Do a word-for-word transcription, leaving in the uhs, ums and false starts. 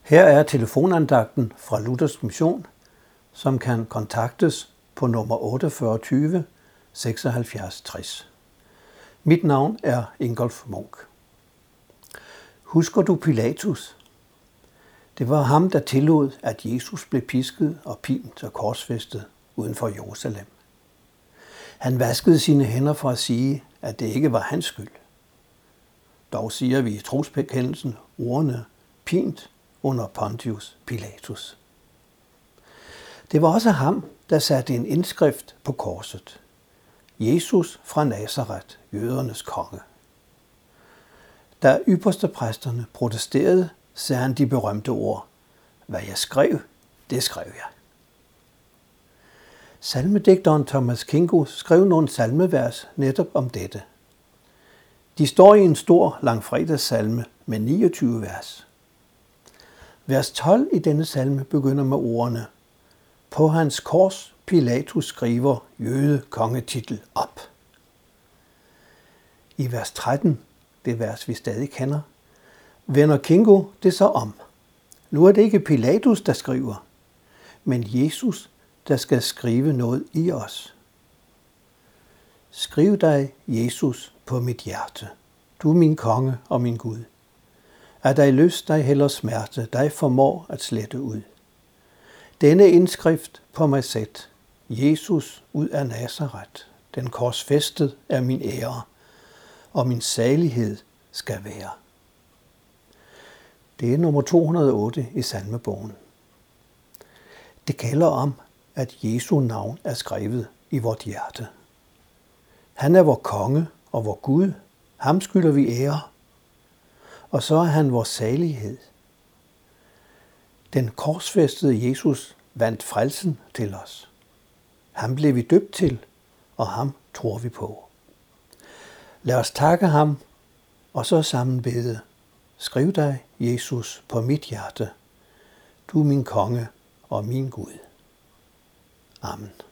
Her er telefonandagten fra Luthersk Mission, som kan kontaktes på nummer otteogfyrre tyve seksoghalvfjerds tres. Mit navn er Ingolf Munk. Husker du Pilatus? Det var ham, der tillod, at Jesus blev pisket og pint og korsfæstet uden for Jerusalem. Han vaskede sine hænder for at sige, at det ikke var hans skyld. Dog siger vi i trosbekendelsen ordene pint under Pontius Pilatus. Det var også ham, der satte en indskrift på korset. Jesus fra Nazaret, jødernes konge. Da ypperstepræsterne protesterede, sagde han de berømte ord: Hvad jeg skrev, det skrev jeg. Salmedigteren Thomas Kingo skrev nogle salmevers netop om dette. De står i en stor langfredagssalme med niogtyve vers. Vers tolv i denne salme begynder med ordene: På hans kors Pilatus skriver jøde kongetitel op. I vers tretten, det vers vi stadig kender, vender Kingo det så om. Nu er det ikke Pilatus, der skriver, men Jesus, der skal skrive noget i os. Skriv dig, Jesus, på mit hjerte, du min konge og min Gud. Er dig lyst, dig heller smerte, dig formår at slette ud. Denne indskrift på mig sæt, Jesus ud af Nazaret, den korsfæstet er min ære, og min salighed skal være. Det er nummer to hundrede og otte i salmebogen. Det kalder om, at Jesu navn er skrevet i vort hjerte. Han er vor konge og vor Gud, ham skylder vi ære, og så er han vor salighed. Den korsfæstede Jesus vandt frelsen til os. Ham blev vi døbt til, og ham tror vi på. Lad os takke ham, og så sammen bede: Skriv dig, Jesus, på mit hjerte, du min konge og min Gud. Amen.